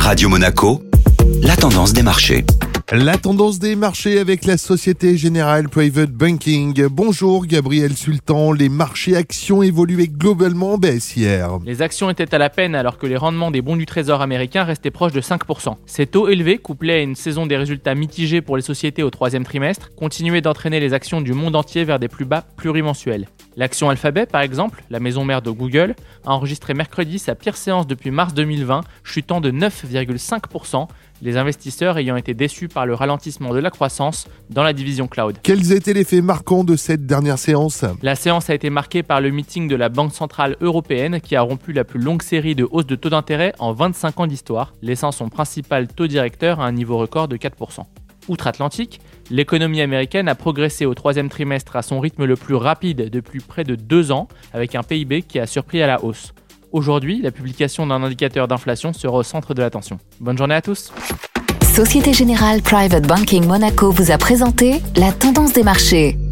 Radio Monaco, la tendance des marchés. La tendance des marchés avec la Société Générale Private Banking. Bonjour Gabriel Sultan, les marchés actions évoluaient globalement en baisse hier. Les actions étaient à la peine alors que les rendements des bons du trésor américain restaient proches de 5%. Ces taux élevés, couplés à une saison des résultats mitigés pour les sociétés au troisième trimestre, continuaient d'entraîner les actions du monde entier vers des plus bas plurimensuels. L'action Alphabet, par exemple, la maison mère de Google, a enregistré mercredi sa pire séance depuis mars 2020, chutant de 9,5%, les investisseurs ayant été déçus par le ralentissement de la croissance dans la division cloud. Quels étaient les faits marquants de cette dernière séance ? La séance a été marquée par le meeting de la Banque centrale européenne qui a rompu la plus longue série de hausses de taux d'intérêt en 25 ans d'histoire, laissant son principal taux directeur à un niveau record de 4%. Outre-Atlantique, l'économie américaine a progressé au troisième trimestre à son rythme le plus rapide depuis près de 2 ans, avec un PIB qui a surpris à la hausse. Aujourd'hui, la publication d'un indicateur d'inflation sera au centre de l'attention. Bonne journée à tous. Société Générale Private Banking Monaco vous a présenté la tendance des marchés.